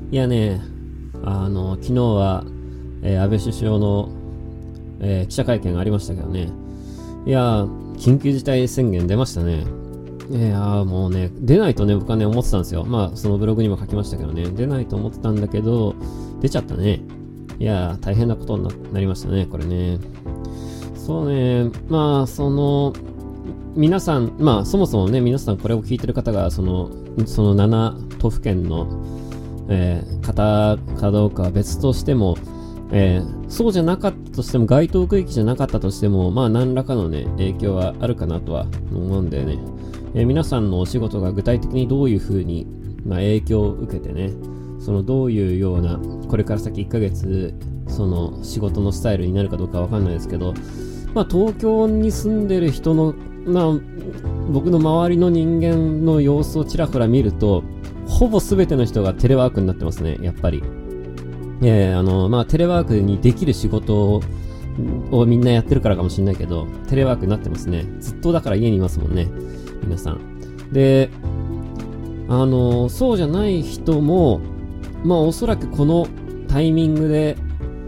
いやね、昨日は、安倍首相の、記者会見がありましたけどね。いや緊急事態宣言出ましたね。いやもうね、出ないとね、僕はね、思ってたんですよ。まあ、そのブログにも書きましたけどね、出ないと思ってたんだけど、出ちゃったね。いや大変なことに なりましたね、これね。そうね、まあ、皆さん、まあ、そもそもね、皆さんこれを聞いてる方が、その7都府県の、方かどうかは別としても、そうじゃなかったとしても、該当区域じゃなかったとしても、まあ、何らかのね、影響はあるかなとは思うんだよね。皆さんのお仕事が具体的にどういう風に、まあ、影響を受けてね、どういうような、これから先1ヶ月、仕事のスタイルになるかどうかわかんないですけど、まあ、東京に住んでる人の、まあ、僕の周りの人間の様子をちらほら見ると、ほぼ全ての人がテレワークになってますね、やっぱり。まあ、テレワークにできる仕事をみんなやってるからかもしれないけど、テレワークになってますね。ずっとだから家にいますもんね、皆さん。で、そうじゃない人も、まあ、おそらくこのタイミングで、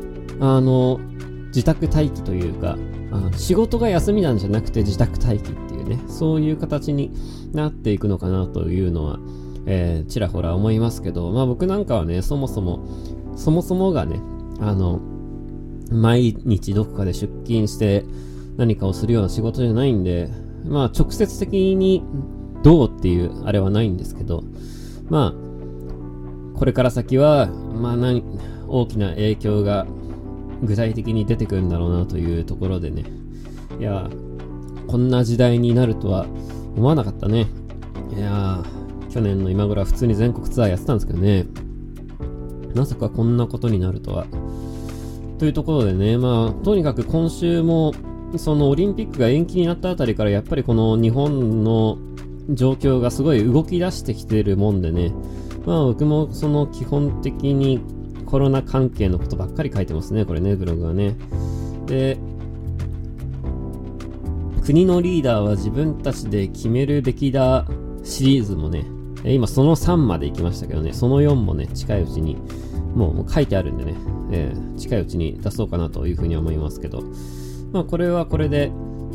自宅待機というか、仕事が休みなんじゃなくて自宅待機っていうね、そういう形になっていくのかなというのは、ちらほら思いますけど、まあ僕なんかはね、そもそもがね、毎日どこかで出勤して何かをするような仕事じゃないんで、まあ直接的にどうっていうあれはないんですけど、まあ、これから先は、まあ大きな影響が具体的に出てくるんだろうなというところでね。いやこんな時代になるとは思わなかったね。いや去年の今頃は普通に全国ツアーやってたんですけどね。まさかこんなことになるとは。というところでね、まあ、とにかく今週も、オリンピックが延期になったあたりから、やっぱりこの日本の状況がすごい動き出してきてるもんでね。まあ僕も基本的にコロナ関係のことばっかり書いてますね、これね、ブログはね。で、国のリーダーは自分たちで決めるべきだシリーズもね、今その3まで行きましたけどね、その4もね、近いうちにもう書いてあるんでね、近いうちに出そうかなというふうに思いますけど、まあこれはこれで、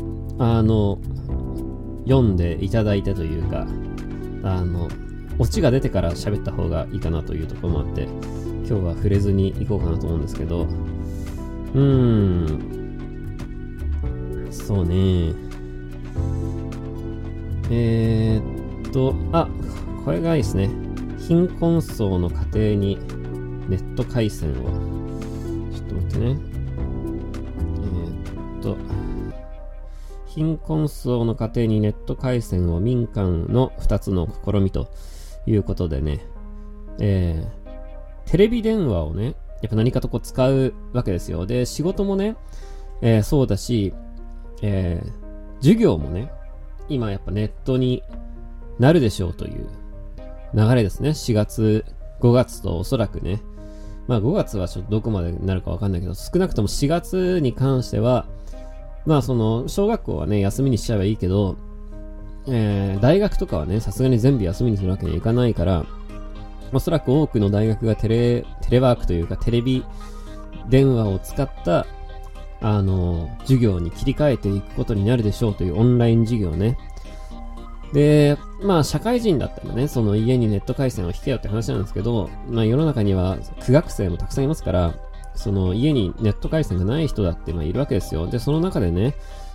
読んでいただいてというか、オチが出てから喋った方がいいかなというところもあって、今日は触れずに行こうかなと思うんですけど、そうね。これがいいですね。貧困層の家庭にネット回線を。ちょっと待ってね。貧困層の家庭にネット回線を民間の2つの試みということでね。テレビ電話をね、やっぱ何かと使うわけですよ。で、仕事もね、そうだし、授業もね、今やっぱネットになるでしょうという流れですね。4月、5月とおそらくね。まあ5月はちょっとどこまでなるかわかんないけど、少なくとも4月に関しては、まあ小学校はね、休みにしちゃえばいいけど、大学とかはね、さすがに全部休みにするわけにはいかないから、おそらく多くの大学がテレワークというかテレビ電話を使った授業に切り替えていくことになるでしょうというオンライン授業ね。で、まあ社会人だったらね、家にネット回線を引けよって話なんですけど、まあ世の中には苦学生もたくさんいますから、家にネット回線がない人だっているわけですよ。で、その中でね、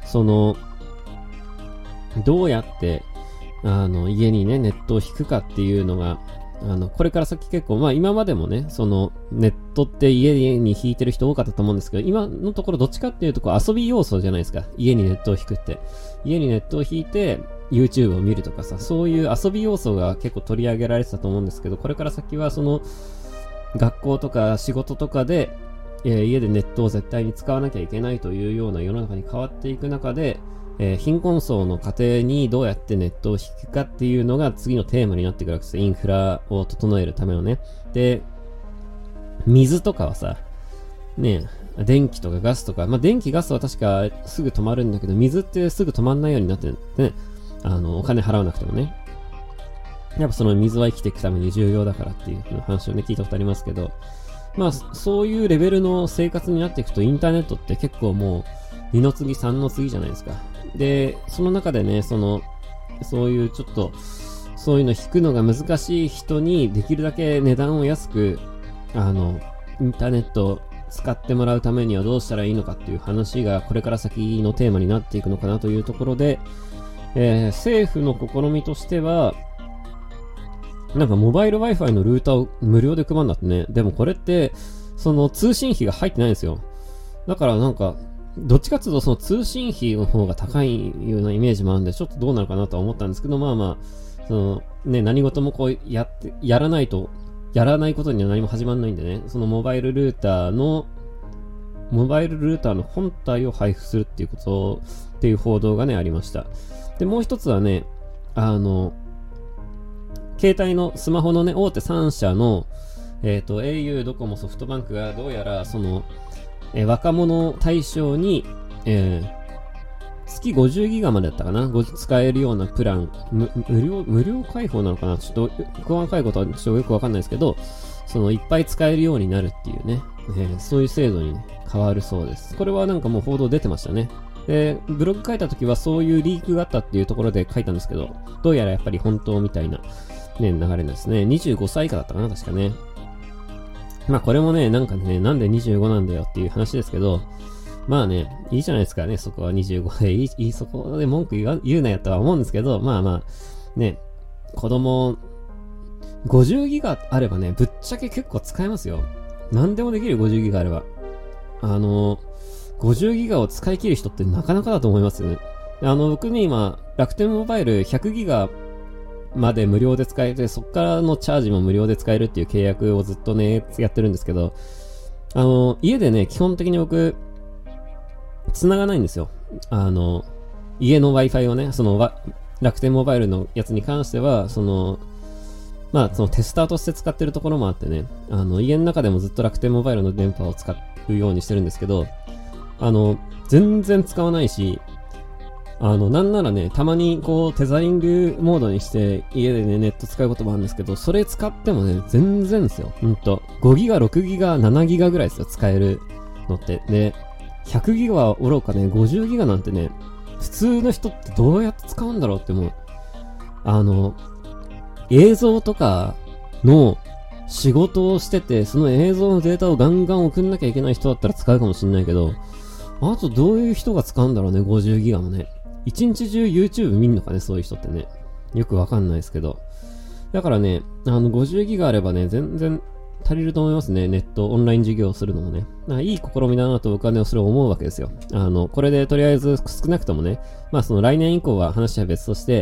どうやって家にね、ネットを引くかっていうのが、これから先結構、まあ今までもね、ネットって家に引いてる人多かったと思うんですけど、今のところどっちかっていうと遊び要素じゃないですか。家にネットを引くって。家にネットを引いて、YouTube を見るとかさ、そういう遊び要素が結構取り上げられてたと思うんですけど、これから先は学校とか仕事とかで、家でネットを絶対に使わなきゃいけないというような世の中に変わっていく中で、貧困層の家庭にどうやってネットを引くかっていうのが次のテーマになってくるわけです。インフラを整えるためのね。で、水とかはさ、ね、電気とかガスとか、まあ、電気ガスは確かすぐ止まるんだけど、水ってすぐ止まんないようになってるんでね。お金払わなくてもね。 やっぱその水は生きていくために重要だからっていう話をね、聞いたことありますけど、まあ、そういうレベルの生活になっていくと、インターネットって結構もう、2の次、3の次じゃないですか。で、その中でね、そういうちょっと、そういうの引くのが難しい人に、できるだけ値段を安く、インターネットを使ってもらうためにはどうしたらいいのかっていう話が、これから先のテーマになっていくのかなというところで、政府の試みとしては、なんかモバイル Wi-Fi のルーターを無料で配るんだってね。でもこれって、その通信費が入ってないんですよ。だからなんか、どっちかっていうとその通信費の方が高いようなイメージもあるんで、ちょっとどうなるかなとは思ったんですけど、まあまあ、そのね、何事もこうやらないことには何も始まんないんでね、そのモバイルルーターの本体を配布するっていう報道がね、ありました。で、もう一つはね、携帯のスマホのね、大手3社の、au、ドコモ、ソフトバンクがどうやら、若者対象に、月50ギガまでだったかな使えるようなプラン、無料開放なのかなちょっと、細かいことはちょっとよくわかんないですけど、いっぱい使えるようになるっていうね、そういう制度に、ね、変わるそうです。これはなんかもう報道出てましたね。で、ブログ書いた時はそういうリークがあったっていうところで書いたんですけど、どうやらやっぱり本当みたいな、ね、流れですね。25歳以下だったかな確かね。まあこれもね、なんかね、なんで25なんだよっていう話ですけど、まあね、いいじゃないですかね、そこは25で、そこで文句言うなよとは思うんですけど、まあまあ、ね、子供、50ギガあればね、ぶっちゃけ結構使えますよ。何でもできる50ギガあれば。50ギガを使い切る人ってなかなかだと思いますよね。僕ね、今、楽天モバイル100ギガまで無料で使えて、そっからのチャージも無料で使えるっていう契約をずっとね、やってるんですけど、家でね、基本的に僕、繋がないんですよ。家の Wi-Fi をね、楽天モバイルのやつに関しては、まあ、テスターとして使ってるところもあってね、家の中でもずっと楽天モバイルの電波を使うようにしてるんですけど、全然使わないし、なんならね、たまにこう、テザリングモードにして、家でね、ネット使うこともあるんですけど、それ使ってもね、全然ですよ。5ギガ、6ギガ、7ギガぐらいですよ、使えるのって。で、100ギガはおろうかね、50ギガなんてね、普通の人ってどうやって使うんだろうってもう、映像とかの仕事をしてて、その映像のデータをガンガン送んなきゃいけない人だったら使うかもしんないけど、あとどういう人が使うんだろうね、50ギガもね。一日中 YouTube 見んのかね、そういう人ってね。よくわかんないですけど。だからね、50ギガあればね、全然足りると思いますね。ネット、オンライン授業をするのもね。いい試みだなと僕はね、それを思うわけですよ。これでとりあえず少なくともね、まあ来年以降は話は別として、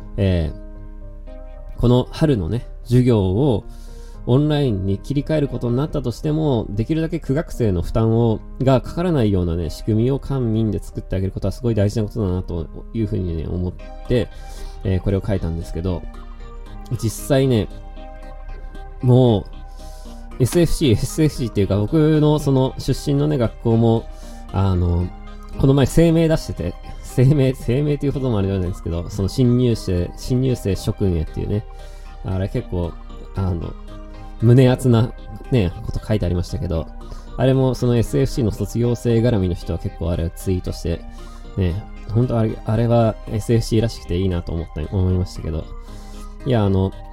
この春のね、授業をオンラインに切り替えることになったとしても、できるだけ苦学生の負担がかからないようなね、仕組みを官民で作ってあげることはすごい大事なことだなというふうにね、思って、これを書いたんですけど、実際ね、もう、SFC っていうか僕のその出身のね、学校も、この前声明出してて、声明っていうほどもあれじゃないですけど、その新入生諸君へっていうね、あれ結構、胸熱なね、こと書いてありましたけど、あれもその SFC の卒業生絡みの人は結構あれをツイートして、ね、本当あれは SFC らしくていいなと思いましたけど、いや、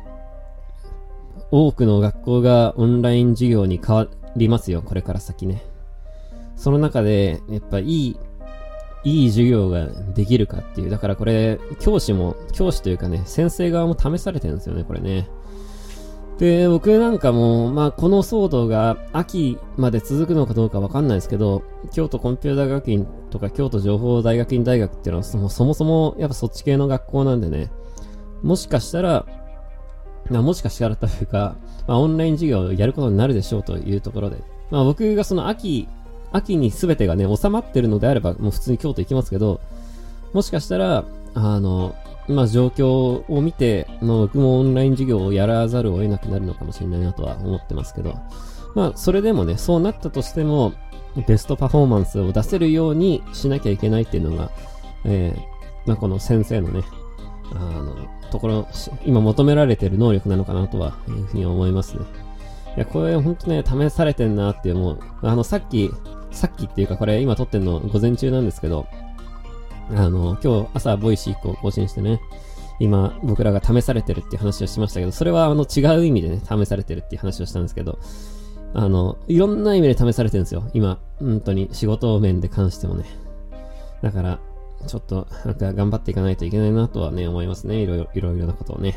多くの学校がオンライン授業に変わりますよ、これから先ね。その中で、やっぱいい授業ができるかっていう。だからこれ、教師というかね、先生側も試されてるんですよね、これね。で、僕なんかも、まあこの騒動が秋まで続くのかどうかわかんないですけど、京都コンピューター学院とか京都情報大学院大学っていうのはそもそもやっぱそっち系の学校なんでね、もしかしたらというか、まあオンライン授業をやることになるでしょうというところで、まあ僕がその秋に全てがね、収まってるのであれば、もう普通に京都行きますけど、もしかしたら、まあ状況を見て、僕もオンライン授業をやらざるを得なくなるのかもしれないなとは思ってますけど、まあそれでもね、そうなったとしても、ベストパフォーマンスを出せるようにしなきゃいけないっていうのが、まあこの先生のね、 ところ、今求められている能力なのかなとは、いうふうに思いますね。いや、これほんとね、試されてんなって思う。さっきっていうか、これ今撮ってんの午前中なんですけど、今日朝ボイシー1個更新してね、今僕らが試されてるっていう話をしましたけど、それは違う意味でね、試されてるっていう話をしたんですけど、いろんな意味で試されてるんですよ。今、本当に仕事面で関してもね。だから、ちょっと、なんか頑張っていかないといけないなとはね、思いますね。いろいろなことをね。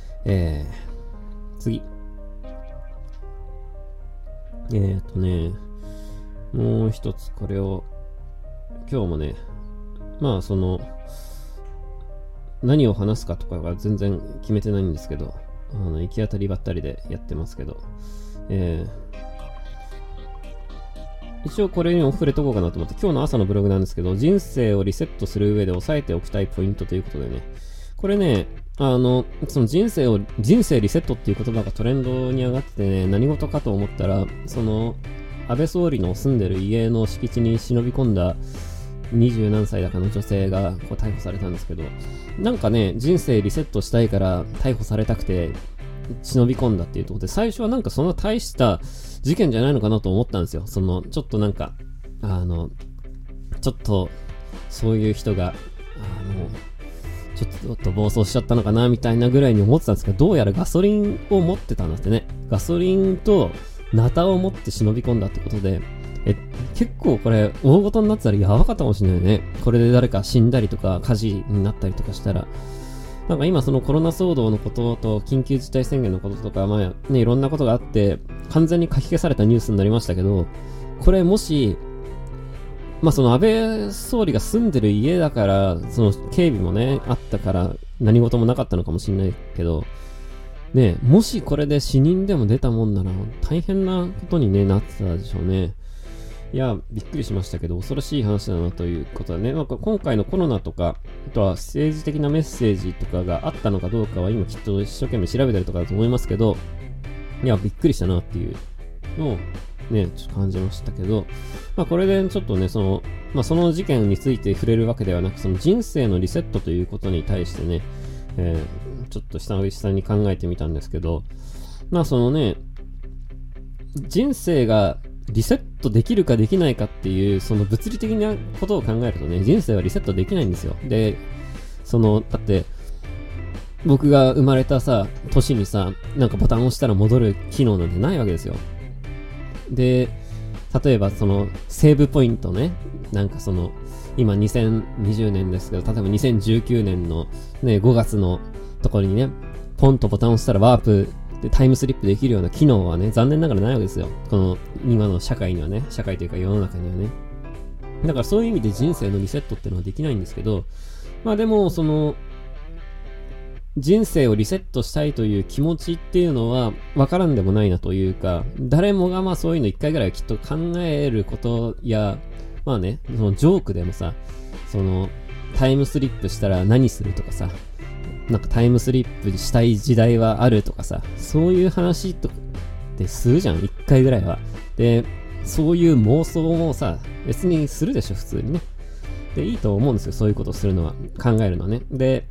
次。もう一つこれを、今日もね、まあ何を話すかとかが全然決めてないんですけど、行き当たりばったりでやってますけど、一応これにも触れとこうかなと思って、今日の朝のブログなんですけど、人生をリセットする上で押さえておきたいポイントということでね、これね、その人生リセットっていう言葉がトレンドに上がっててね、何事かと思ったら、安倍総理の住んでる家の敷地に忍び込んだ20何歳だかの女性がこう逮捕されたんですけど、なんかね、人生リセットしたいから逮捕されたくて忍び込んだっていうところで、最初はなんかそんな大した事件じゃないのかなと思ったんですよ。ちょっとなんか、ちょっとそういう人が、ちょっと暴走しちゃったのかなみたいなぐらいに思ってたんですけど、どうやらガソリンを持ってたんだってね。ガソリンとナタを持って忍び込んだってことで、結構これ大事になってたらやばかったかもしれないね。これで誰か死んだりとか火事になったりとかしたら、なんか今そのコロナ騒動のことと緊急事態宣言のこととか、まあね、いろんなことがあって完全に書き消されたニュースになりましたけど、これもし、まあその安倍総理が住んでる家だから、その警備もね、あったから何事もなかったのかもしれないけど、ね、もしこれで死人でも出たもんなら大変なことに、ね、なってたでしょうね。いや、びっくりしましたけど、恐ろしい話だなということでね、なんか今回のコロナとか、あとは政治的なメッセージとかがあったのかどうかは今きっと一生懸命調べたりとかだと思いますけど、いや、びっくりしたなっていうのをね、ちょっと感じましたけど、まあこれでちょっとね、その事件について触れるわけではなく、その人生のリセットということに対してね、ちょっと久々に考えてみたんですけど、まあ人生がリセットできるかできないかっていう、その物理的なことを考えるとね、人生はリセットできないんですよ。で、だって、僕が生まれた年になんかボタンを押したら戻る機能なんてないわけですよ。で、例えばセーブポイントね、なんか今2020年ですけど、例えば2019年のね、5月のところにね、ポンとボタンを押したらワープでタイムスリップできるような機能はね、残念ながらないわけですよ。この今の社会にはね、社会というか世の中にはね。だからそういう意味で人生のリセットっていうのはできないんですけど、まあでも人生をリセットしたいという気持ちっていうのは分からんでもないなというか、誰もがまあそういうの一回ぐらいはきっと考えることや、まあね、そのジョークでもタイムスリップしたら何するとかなんかタイムスリップしたい時代はあるとかそういう話とかってするじゃん、一回ぐらいは。で、そういう妄想も別にするでしょ、普通にね。で、いいと思うんですよ、そういうことをするのは、考えるのはね。で、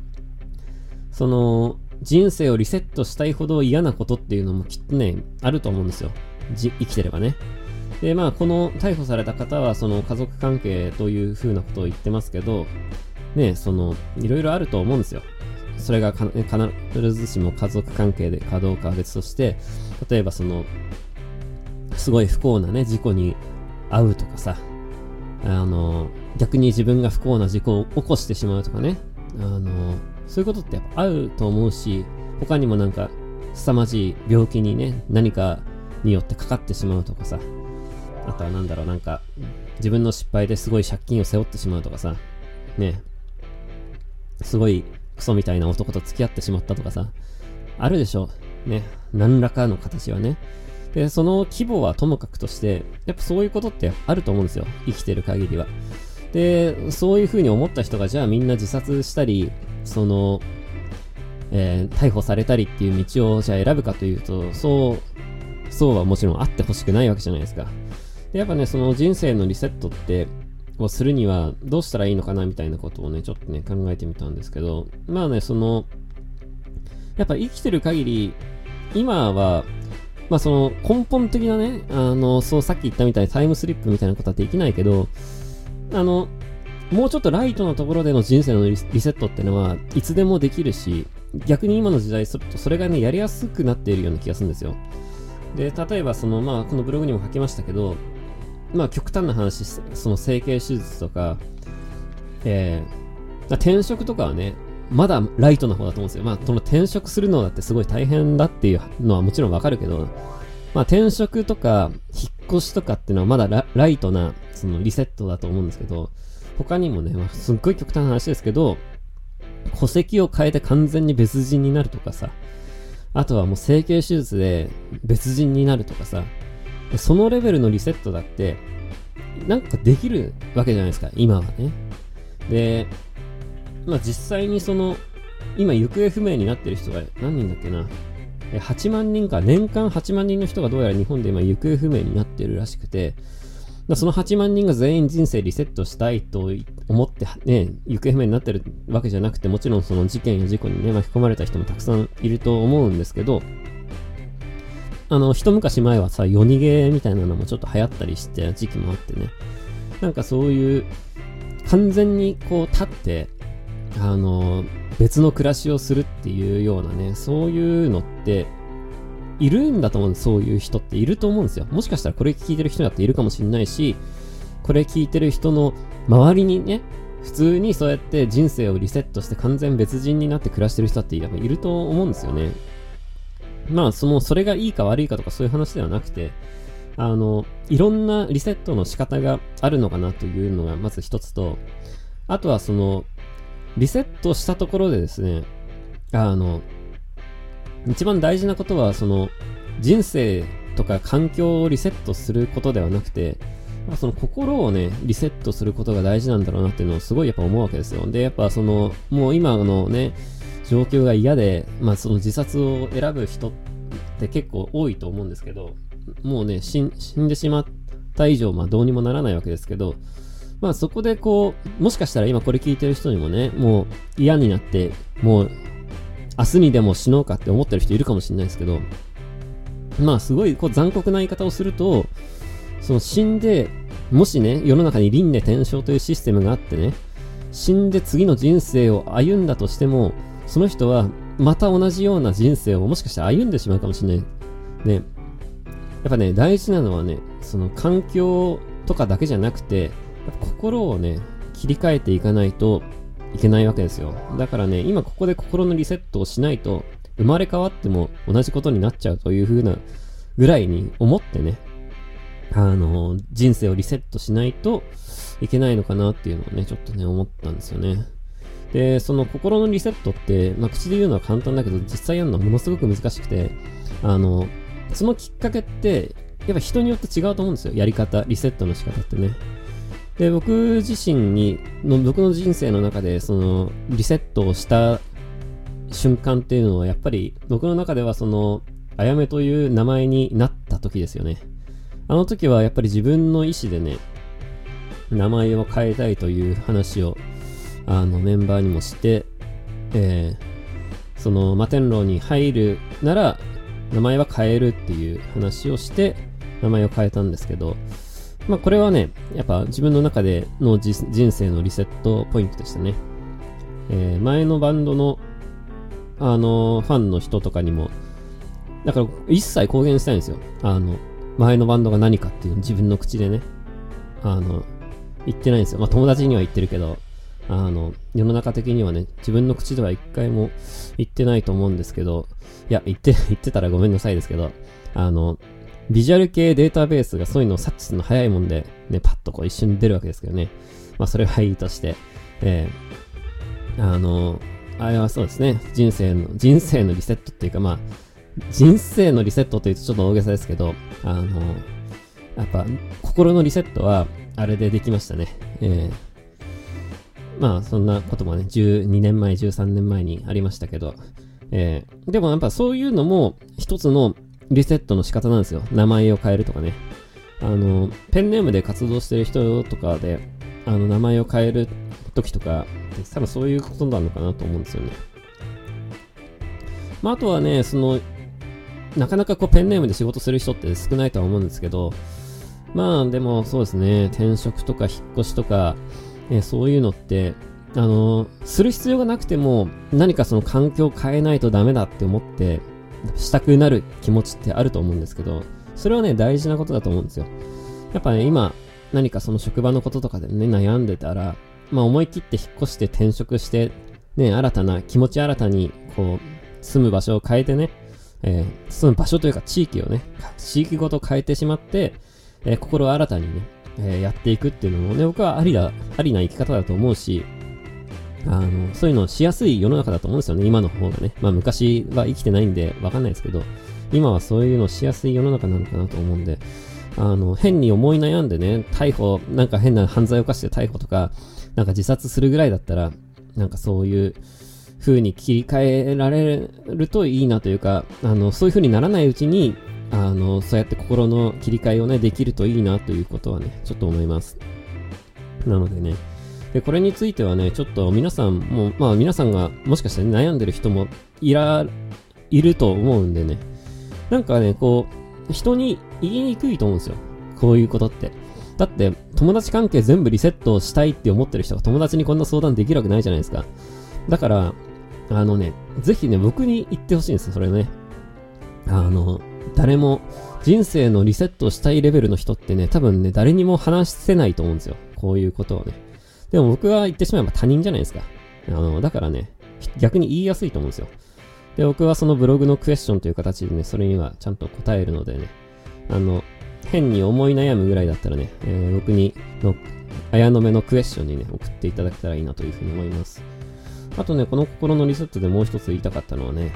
人生をリセットしたいほど嫌なことっていうのもきっとね、あると思うんですよ。生きてればね。で、まあ、この逮捕された方は、家族関係という風なことを言ってますけど、ね、いろいろあると思うんですよ。それが必ずしも家族関係でかどうかは別として、例えばすごい不幸なね、事故に遭うとか逆に自分が不幸な事故を起こしてしまうとかね、そういうことってやっぱあると思うし、他にもなんか凄まじい病気にね、何かによってかかってしまうとかあとはなんか自分の失敗ですごい借金を背負ってしまうとかね、すごいクソみたいな男と付き合ってしまったとかあるでしょね、何らかの形はね。で、その規模はともかくとして、やっぱそういうことってあると思うんですよ、生きてる限りは。で、そういう風に思った人がじゃあみんな自殺したり、逮捕されたりっていう道をじゃあ選ぶかというと、そうはもちろんあってほしくないわけじゃないですか。で、やっぱね、人生のリセットをするにはどうしたらいいのかなみたいなことをね、ちょっとね、考えてみたんですけど、まあね、 やっぱ生きてる限り、今は、まあその根本的なね、そうさっき言ったみたいにタイムスリップみたいなことはできないけど、もうちょっとライトなところでの人生のリセットってのはいつでもできるし、逆に今の時代それがね、やりやすくなっているような気がするんですよ。で、例えばこのブログにも書きましたけど、極端な話、その整形手術とか、転職とかはね、まだライトな方だと思うんですよ。その転職するのだってすごい大変だっていうのはもちろんわかるけど、転職とか引っ越しとかっていうのはまだライトなそのリセットだと思うんですけど、他にもね、すっごい極端な話ですけど、戸籍を変えて完全に別人になるとかさ、あとはもう整形手術で別人になるとかさ、そのレベルのリセットだってなんかできるわけじゃないですか、今はね。で、実際に今行方不明になってる人が何人だっけな、8万人か、年間8万人の人がどうやら日本で今行方不明になってるらしくて、その8万人が全員人生リセットしたいと思ってね、行方不明になってるわけじゃなくて、もちろんその事件や事故にね、巻き込まれた人もたくさんいると思うんですけど、一昔前はさ、夜逃げみたいなのもちょっと流行ったりして時期もあってね、なんかそういう、完全に立って、別の暮らしをするっていうようなね、そういうのって、いるんだと思うんです。そういう人っていると思うんですよ。もしかしたらこれ聞いてる人だっているかもしれないし、これ聞いてる人の周りにね、普通にそうやって人生をリセットして完全別人になって暮らしてる人ってやっぱいると思うんですよね。それがいいか悪いかとかそういう話ではなくて、いろんなリセットの仕方があるのかなというのがまず一つと、あとはリセットしたところでですね、一番大事なことは人生とか環境をリセットすることではなくて、心をね、リセットすることが大事なんだろうなっていうのをすごいやっぱ思うわけですよ。で、やっぱもう今のね、状況が嫌で、自殺を選ぶ人って結構多いと思うんですけど、もうね、死んでしまった以上、どうにもならないわけですけど、そこでもしかしたら今これ聞いてる人にもね、もう嫌になって、もう明日にでも死のうかって思ってる人いるかもしれないですけど、すごい残酷な言い方をすると、死んで、もしね、世の中に輪廻転生というシステムがあってね、死んで次の人生を歩んだとしても、その人はまた同じような人生をもしかしたら歩んでしまうかもしれない。ね。やっぱね、大事なのはね、環境とかだけじゃなくて、心をね、切り替えていかないといけないわけですよ。だからね、今ここで心のリセットをしないと、生まれ変わっても同じことになっちゃうという風なぐらいに思ってね、人生をリセットしないといけないのかなっていうのをね、ちょっとね、思ったんですよね。で、心のリセットって、口で言うのは簡単だけど、実際やるのはものすごく難しくて、そのきっかけって、やっぱ人によって違うと思うんですよ。やり方、リセットの仕方ってね。で、僕自身僕の人生の中で、リセットをした瞬間っていうのは、やっぱり、僕の中ではあやめという名前になった時ですよね。あの時はやっぱり自分の意思でね、名前を変えたいという話を、メンバーにもして、摩天楼に入るなら、名前は変えるっていう話をして、名前を変えたんですけど、これはね、やっぱ自分の中での人生のリセットポイントでしたね。前のバンドの、ファンの人とかにも、だから一切公言したいんですよ。前のバンドが何かっていう自分の口でね、言ってないんですよ。友達には言ってるけど、世の中的にはね、自分の口では一回も言ってないと思うんですけど、いや、言ってたらごめんなさいですけど、ビジュアル系データベースがそういうのを察知するの早いもんで、ね、パッと一瞬出るわけですけどね。それはいいとして、あれはそうですね、人生のリセットっていうか、人生のリセットというとちょっと大げさですけど、やっぱ、心のリセットは、あれでできましたね。そんなこともね、12年前、13年前にありましたけど、でもやっぱそういうのも一つのリセットの仕方なんですよ。名前を変えるとかね。ペンネームで活動してる人とかで、名前を変える時とか、多分そういうことなのかなと思うんですよね。 あとはね、なかなかこうペンネームで仕事する人って少ないとは思うんですけど、でもそうですね、転職とか引っ越しとか、そういうのって、する必要がなくても、何かその環境を変えないとダメだって思って、したくなる気持ちってあると思うんですけど、それはね、大事なことだと思うんですよ。やっぱね、今、何かその職場のこととかでね、悩んでたら、思い切って引っ越して転職して、ね、気持ち新たに、こう、住む場所を変えてね、住む場所というか地域をね、地域ごと変えてしまって、心を新たにね、やっていくっていうのもね、僕はありな生き方だと思うし、そういうのをしやすい世の中だと思うんですよね、今の方がね。昔は生きてないんでわかんないですけど、今はそういうのをしやすい世の中なのかなと思うんで、変に思い悩んでね、なんか変な犯罪を犯して逮捕とか、なんか自殺するぐらいだったら、なんかそういう風に切り替えられるといいなというか、そういう風にならないうちに、そうやって心の切り替えをね、できるといいなということはね、ちょっと思います。なのでね、で、これについてはね、ちょっと皆さんも、皆さんがもしかしたら悩んでる人もいると思うんでね、なんかね、こう、人に言いにくいと思うんですよ。こういうことって。だって、友達関係全部リセットしたいって思ってる人が友達にこんな相談できるわけないじゃないですか。だから、ぜひね、僕に言ってほしいんですよ、それね。誰も人生のリセットしたいレベルの人ってね、多分ね、誰にも話せないと思うんですよ。こういうことをね。でも僕が言ってしまえば他人じゃないですか。だからね、逆に言いやすいと思うんですよ。で、僕はそのブログのクエスチョンという形でね、それにはちゃんと答えるのでね、変に思い悩むぐらいだったらね、僕綾野目のクエスチョンにね、送っていただけたらいいなというふうに思います。あとね、この心のリセットでもう一つ言いたかったのはね、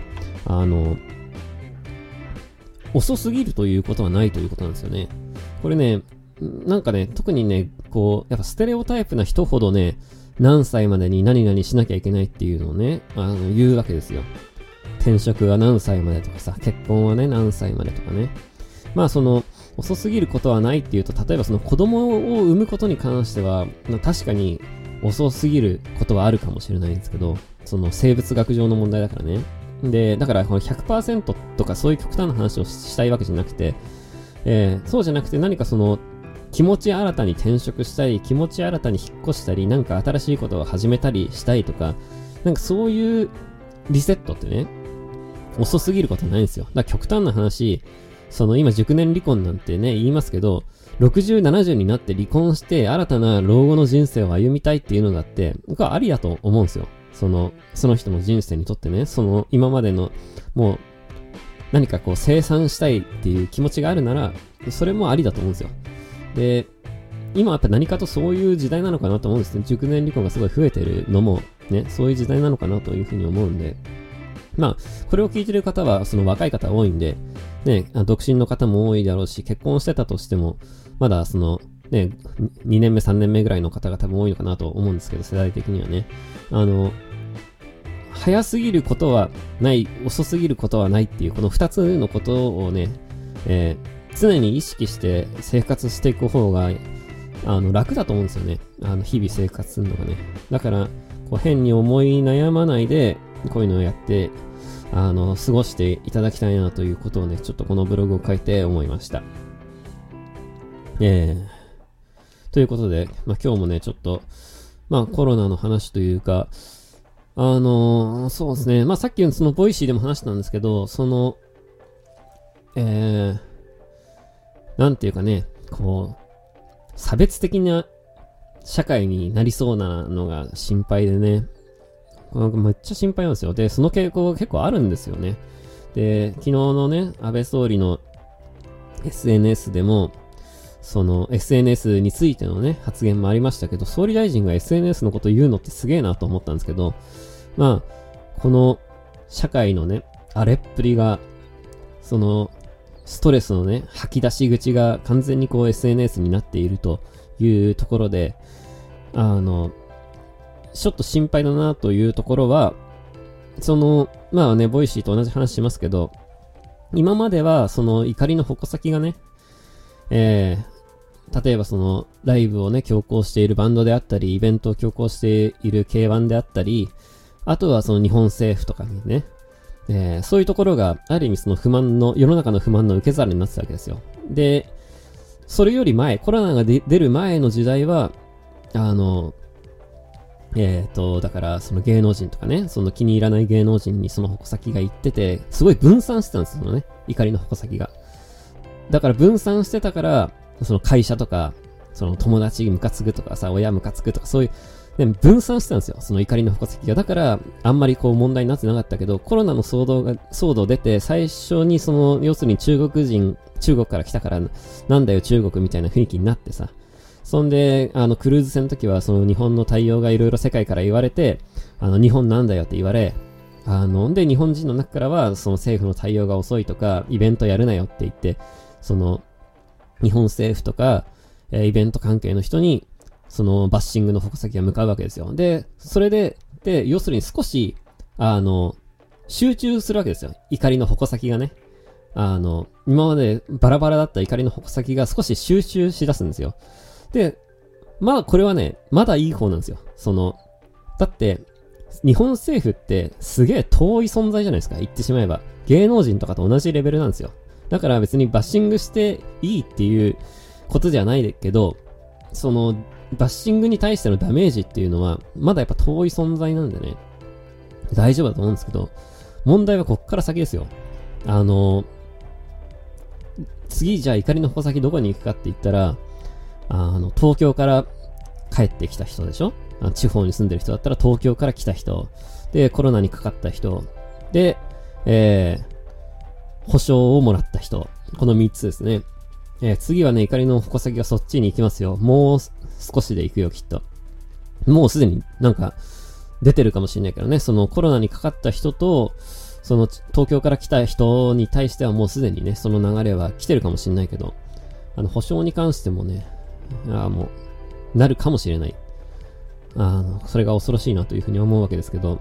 遅すぎるということはないということなんですよね。これね、なんかね、特にね、こう、やっぱステレオタイプな人ほどね、何歳までに何々しなきゃいけないっていうのをね、言うわけですよ。転職は何歳までとかさ、結婚はね、何歳までとかね。遅すぎることはないっていうと、例えばその子供を産むことに関しては、確かに遅すぎることはあるかもしれないんですけど、その生物学上の問題だからね。で、だからこの 100% とかそういう極端な話をしたいわけじゃなくて、そうじゃなくて何かその気持ち新たに転職したり、気持ち新たに引っ越したり、なんか新しいことを始めたりしたいとか、なんかそういうリセットってね、遅すぎることはないんですよ。だから極端な話、今熟年離婚なんてね、言いますけど、60、70になって離婚して新たな老後の人生を歩みたいっていうのだって、僕はありだと思うんですよ。その人の人生にとってね、今までの、もう、何かこう清算したいっていう気持ちがあるなら、それもありだと思うんですよ。で、今やっぱ何かとそういう時代なのかなと思うんですね。熟年離婚がすごい増えてるのも、ね、そういう時代なのかなというふうに思うんで、これを聞いてる方は、若い方多いんで、ね、独身の方も多いだろうし、結婚してたとしても、まだね、2年目、3年目ぐらいの方が多分多いのかなと思うんですけど、世代的にはね。早すぎることはない、遅すぎることはないっていう、この2つのことをね、常に意識して生活していく方が、楽だと思うんですよね。日々生活するのがね。だから、こう変に思い悩まないで、こういうのをやって、過ごしていただきたいなということをね、ちょっとこのブログを書いて思いました。ということで、今日もね、ちょっと、コロナの話というか、そうですね、さっきのボイシーでも話したんですけど、なんていうかね、こう、差別的な社会になりそうなのが心配でね、めっちゃ心配なんですよ。で、その傾向が結構あるんですよね。で、昨日のね、安倍総理の SNS でも、SNS についてのね、発言もありましたけど、総理大臣が SNS のことを言うのってすげえなと思ったんですけど、この社会のね、荒れっぷりが、ストレスのね、吐き出し口が完全にこう SNS になっているというところで、ちょっと心配だなというところは、ボイシーと同じ話しますけど、今までは怒りの矛先がね、例えばライブをね、強行しているバンドであったり、イベントを強行しているK1であったり、あとは日本政府とかにね、 そういうところがある意味その世の中の不満の受け皿になってたわけですよ。で、それより前、コロナが出る前の時代は、だからその芸能人とかね、その気に入らない芸能人にその矛先が行ってて、すごい分散してたんですよね。怒りの矛先が。だから分散してたから、その会社とか、その友達ムカつくとかさ、親ムカつくとかそういう、でも分散してたんですよ。その怒りの矛先が。だから、あんまりこう問題になってなかったけど、コロナの騒動出て、最初にその、要するに中国から来たから、なんだよ中国みたいな雰囲気になってさ。そんで、クルーズ船の時は、その日本の対応がいろいろ世界から言われて、日本なんだよって言われ、で、日本人の中からは、その政府の対応が遅いとか、イベントやるなよって言って、その、日本政府とか、イベント関係の人に、そのバッシングの矛先が向かうわけですよ。で、それで、要するに少し、集中するわけですよ。怒りの矛先がね。今までバラバラだった怒りの矛先が少し集中しだすんですよ。で、まあこれはね、まだいい方なんですよ。だって、日本政府ってすげえ遠い存在じゃないですか。言ってしまえば。芸能人とかと同じレベルなんですよ。だから別にバッシングしていいっていうことじゃないけど、その、バッシングに対してのダメージっていうのは、まだやっぱ遠い存在なんでね、大丈夫だと思うんですけど、問題はこっから先ですよ。次じゃあ怒りの矛先どこに行くかって言ったら、東京から帰ってきた人でしょ？地方に住んでる人だったら東京から来た人。で、コロナにかかった人。で、保証をもらった人。この3つですね。次はね、怒りの矛先がそっちに行きますよ。もう少しで行くよ、きっと。もうすでになんか出てるかもしれないけどね、そのコロナにかかった人と、その東京から来た人に対してはもうすでにね、その流れは来てるかもしれないけど、保証に関してもね、もう、なるかもしれない。それが恐ろしいなというふうに思うわけですけど、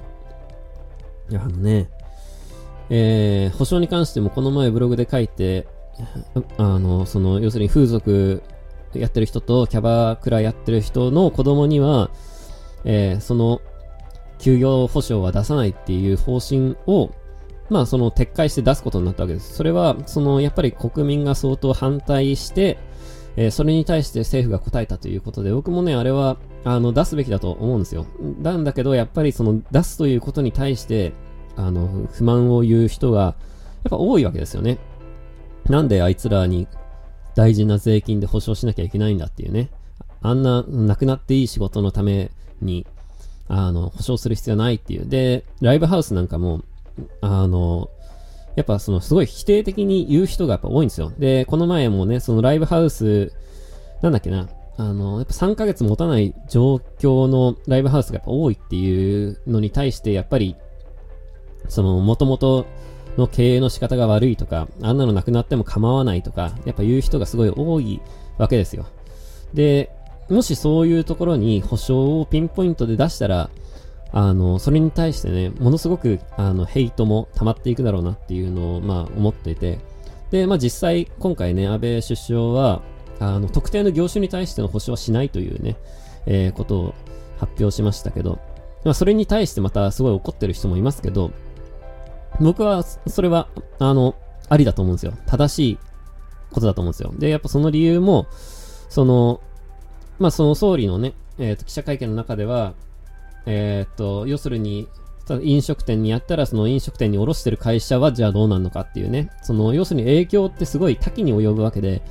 保証に関してもこの前ブログで書いて、要するに風俗やってる人とキャバクラやってる人の子供には、その休業保障は出さないっていう方針を、撤回して出すことになったわけです。それは、やっぱり国民が相当反対して、それに対して政府が答えたということで、僕もね、あれは、出すべきだと思うんですよ。なんだけど、やっぱり出すということに対して、不満を言う人が、やっぱ多いわけですよね。なんであいつらに大事な税金で保証しなきゃいけないんだっていうね。あんな、なくなっていい仕事のために、保証する必要ないっていう。で、ライブハウスなんかも、やっぱすごい否定的に言う人がやっぱ多いんですよ。で、この前もね、そのライブハウス、なんだっけな、やっぱ3ヶ月持たない状況のライブハウスがやっぱ多いっていうのに対して、やっぱり、元々の経営の仕方が悪いとか、あんなのなくなっても構わないとか、やっぱ言う人がすごい多いわけですよ。で、もしそういうところに保証をピンポイントで出したら、それに対してね、ものすごく、ヘイトも溜まっていくだろうなっていうのを、思っていて。で、実際、今回ね、安倍首相は、特定の業種に対しての保証はしないというね、ことを発表しましたけど、それに対してまたすごい怒ってる人もいますけど、僕は、それは、ありだと思うんですよ。正しいことだと思うんですよ。で、やっぱその理由も、その総理のね、記者会見の中では、要するに、飲食店にやったら、その飲食店に卸してる会社はじゃあどうなるのかっていうね。要するに影響ってすごい多岐に及ぶわけで、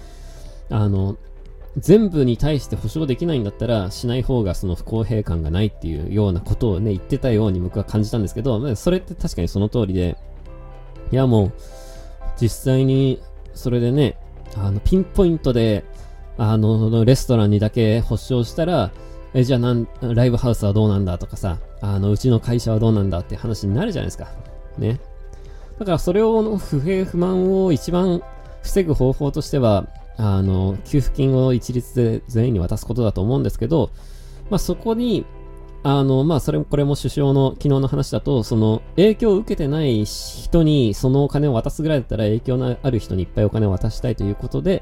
全部に対して保証できないんだったら、しない方が不公平感がないっていうようなことをね、言ってたように僕は感じたんですけど、それって確かにその通りで、いやもう、実際に、それでね、ピンポイントで、レストランにだけ保証したら、じゃあライブハウスはどうなんだとかさ、うちの会社はどうなんだって話になるじゃないですか。ね。だからそれを、不平不満を一番防ぐ方法としては、給付金を一律で全員に渡すことだと思うんですけど、そこに、これも首相の昨日の話だと、影響を受けてない人にそのお金を渡すぐらいだったら影響のある人にいっぱいお金を渡したいということで、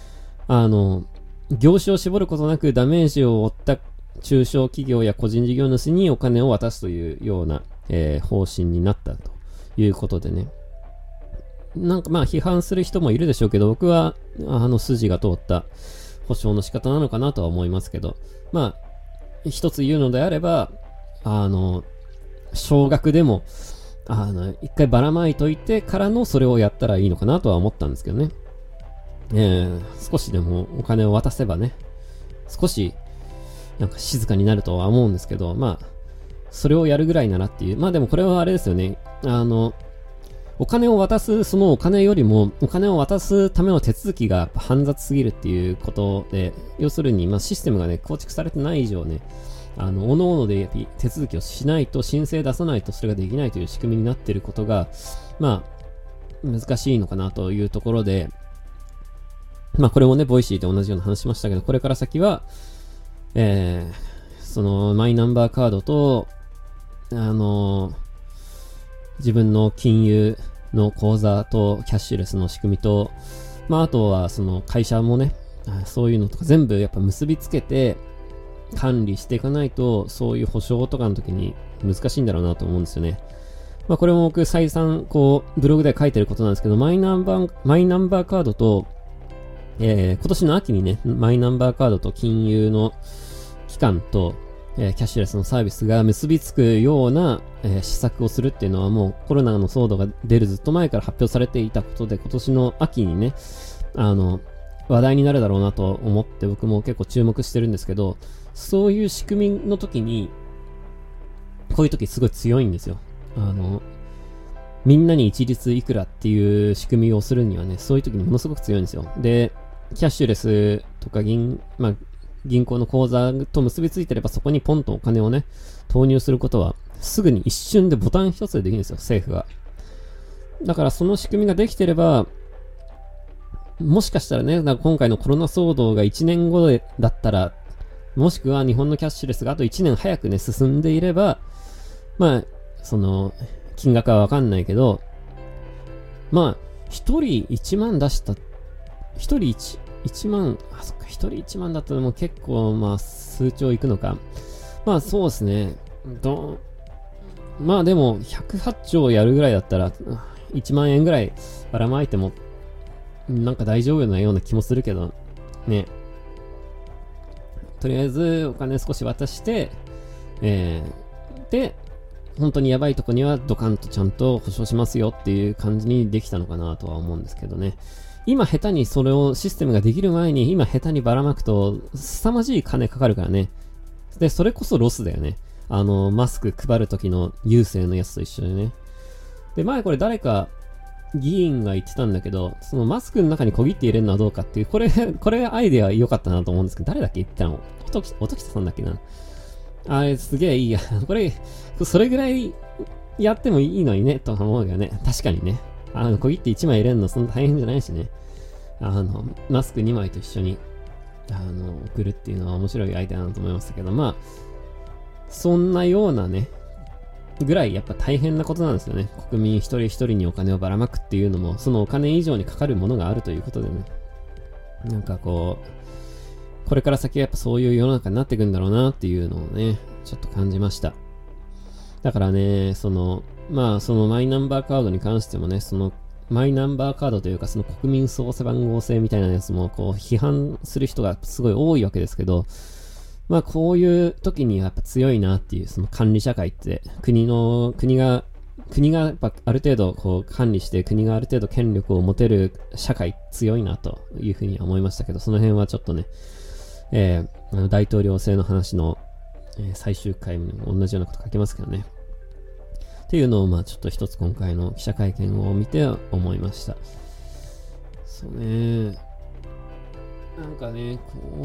業種を絞ることなくダメージを負った中小企業や個人事業主にお金を渡すというような、方針になったということでね。なんかまあ批判する人もいるでしょうけど、僕は筋が通った保証の仕方なのかなとは思いますけど、まあ一つ言うのであれば、少額でも一回ばらまいといてからのそれをやったらいいのかなとは思ったんですけどね。少しでもお金を渡せばね、少しなんか静かになるとは思うんですけど、まあそれをやるぐらいならっていう。まあでもこれはあれですよね。お金を渡す、そのお金よりも、お金を渡すための手続きが煩雑すぎるっていうことで、要するに、まあシステムがね、構築されてない以上ね、各々で手続きをしないと、申請出さないとそれができないという仕組みになっていることが、まあ、難しいのかなというところで、まあこれもね、ボイシーで同じような話しましたけど、これから先は、そのマイナンバーカードと、自分の金融の口座とキャッシュレスの仕組みと、まああとはその会社もね、そういうのとか全部やっぱ結びつけて管理していかないと、そういう保証とかの時に難しいんだろうなと思うんですよね。まあこれも僕再三こうブログで書いてることなんですけど、マイナンバーカードと、今年の秋にね、マイナンバーカードと金融の機関とキャッシュレスのサービスが結びつくような、施策をするっていうのはもうコロナの騒動が出るずっと前から発表されていたことで、今年の秋にね、話題になるだろうなと思って僕も結構注目してるんですけど、そういう仕組みの時に、こういう時すごい強いんですよ。みんなに一律いくらっていう仕組みをするにはね、そういう時にものすごく強いんですよ。で、キャッシュレスとか銀行の口座と結びついてればそこにポンとお金をね、投入することはすぐに一瞬でボタン一つでできるんですよ、政府が。だからその仕組みができてれば、もしかしたらね、今回のコロナ騒動が1年後だったら、もしくは日本のキャッシュレスがあと1年早くね、進んでいれば、まあ、その、金額はわかんないけど、まあ、一人1万出した、一人1万、そっか、一人1万だったらもう結構、まあ、数兆いくのか。まあ、そうですね。まあでも、108兆やるぐらいだったら、1万円ぐらいばらまいても、なんか大丈夫なような気もするけど、ね。とりあえず、お金少し渡して、で、本当にやばいとこにはドカンとちゃんと保証しますよっていう感じにできたのかなとは思うんですけどね。今下手にそれをシステムができる前に今下手にばらまくと凄まじい金かかるからね。で、それこそロスだよね。マスク配る時の郵政のやつと一緒でね。で、前これ誰か議員が言ってたんだけど、そのマスクの中に小切って入れるのはどうかっていう、これアイデア良かったなと思うんですけど、誰だっけ言ったの？音喜さんだっけな。あれすげえいいや。それぐらいやってもいいのにね、と思うよね。確かにね。小切って1枚入れるのそんな大変じゃないしね。マスク2枚と一緒に、送るっていうのは面白いアイデアだなと思いましたけど、まあ、そんなようなね、ぐらいやっぱ大変なことなんですよね。国民一人一人にお金をばらまくっていうのも、そのお金以上にかかるものがあるということでね。なんかこれから先はやっぱそういう世の中になっていくんだろうなっていうのをね、ちょっと感じました。だからね、そのマイナンバーカードに関してもね、そのマイナンバーカードというかその国民操作番号制みたいなやつも批判する人がすごい多いわけですけど、まあこういう時にやっぱ強いなっていう、その管理社会って国がやっぱある程度管理して国がある程度権力を持てる社会強いなというふうに思いましたけど、その辺はちょっとね、大統領制の話の、最終回も同じようなこと書きますけどね。っていうのをちょっと一つ今回の記者会見を見て思いました。そうね。なんかね、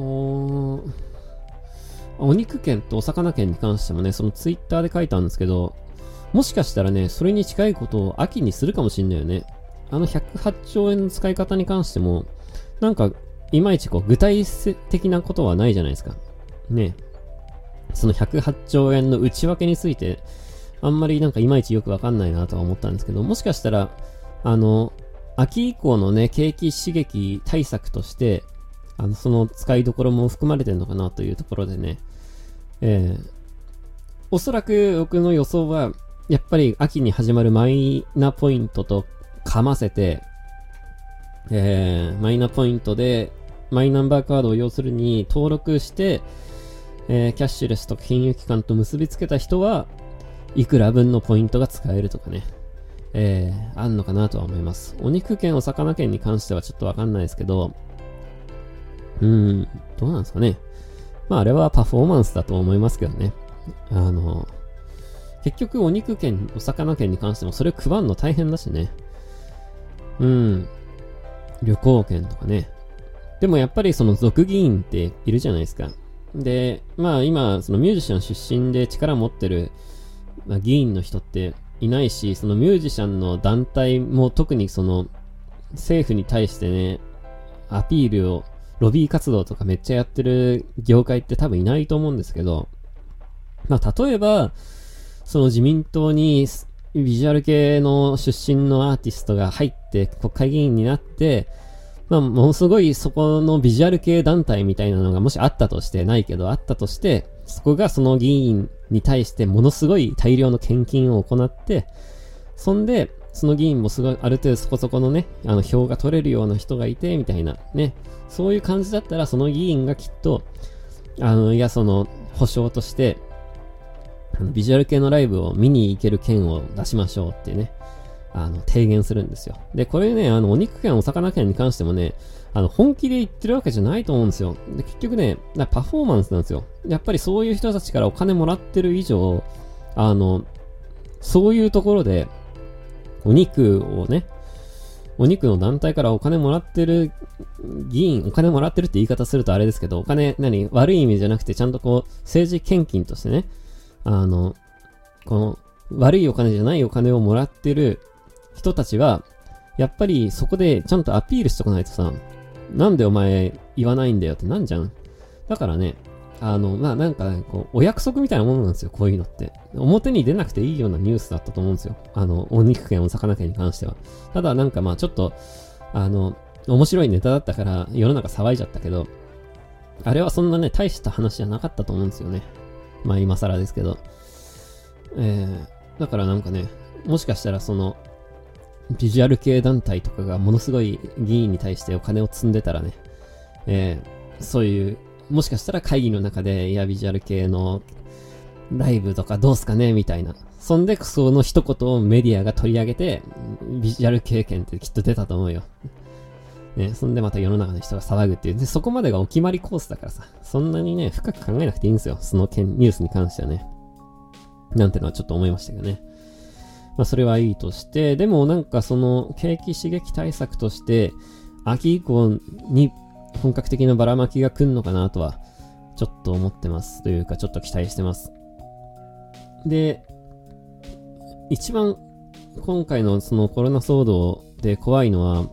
お肉券とお魚券に関してもね、そのツイッターで書いたんですけど、もしかしたらね、それに近いことを秋にするかもしんないよね。108兆円の使い方に関しても、なんか、いまいち具体的なことはないじゃないですか。ね。その108兆円の内訳について、あんまりなんかいまいちよくわかんないなとは思ったんですけど、もしかしたら、秋以降のね、景気刺激対策として、その使いどころも含まれてるのかなというところでね、おそらく僕の予想は、 やっぱり秋に始まるマイナポイントとかませて、マイナポイントでマイナンバーカードを要するに登録して、キャッシュレスとか金融機関と結びつけた人はいくら分のポイントが使えるとかね、あんのかなとは思います。お肉券、お魚券に関してはちょっとわかんないですけど、どうなんですかね。まああれはパフォーマンスだと思いますけどね。結局お肉券、お魚券に関してもそれ配るの大変だしね。旅行券とかね。でもやっぱりその族議員っているじゃないですか。で、まあ今、そのミュージシャン出身で力持ってる、議員の人っていないし、そのミュージシャンの団体も特にその政府に対してね、アピールを、ロビー活動とかめっちゃやってる業界って多分いないと思うんですけど、まあ例えば、その自民党にビジュアル系の出身のアーティストが入って国会議員になって、まあものすごいそこのビジュアル系団体みたいなのがもしあったとして、ないけどあったとして、そこがその議員に対してものすごい大量の献金を行って、そんで、その議員もすごい、ある程度そこそこのね、票が取れるような人がいて、みたいな、ね。そういう感じだったら、その議員がきっと、いや、その、保証として、ビジュアル系のライブを見に行ける券を出しましょうってね、提言するんですよ。で、これね、お肉券、お魚券に関してもね、本気で言ってるわけじゃないと思うんですよ。で、結局ね、パフォーマンスなんですよ。やっぱりそういう人たちからお金もらってる以上、そういうところで、お肉の団体からお金もらってる議員、お金もらってるって言い方するとあれですけど、お金、悪い意味じゃなくて、ちゃんとこう、政治献金としてね、この、悪いお金じゃないお金をもらってる人たちは、やっぱりそこでちゃんとアピールしとかないとさ、なんでお前言わないんだよってなんじゃん。だからね、まあなんかね、こう、お約束みたいなものなんですよ、こういうのって。表に出なくていいようなニュースだったと思うんですよ。お肉券、お魚券に関しては。ただなんかまあちょっと、面白いネタだったから世の中騒いじゃったけど、あれはそんなね、大した話じゃなかったと思うんですよね。まあ今更ですけど。だからなんかね、もしかしたらその、ビジュアル系団体とかがものすごい議員に対してお金を積んでたらね、そういう、もしかしたら会議の中で、いや、ビジュアル系のライブとかどうすかねみたいな。そんで、その一言をメディアが取り上げて、ビジュアル経験ってきっと出たと思うよ。ね、そんでまた世の中の人が騒ぐっていう。で、そこまでがお決まりコースだからさ、そんなにね、深く考えなくていいんですよ。そのニュースに関してはね。なんてのはちょっと思いましたけどね。まあそれはいいとして、でもなんかその景気刺激対策として、秋以降に本格的なばらまきが来んのかなとは、ちょっと思ってます。というか、ちょっと期待してます。で、一番今回のそのコロナ騒動で怖いのは、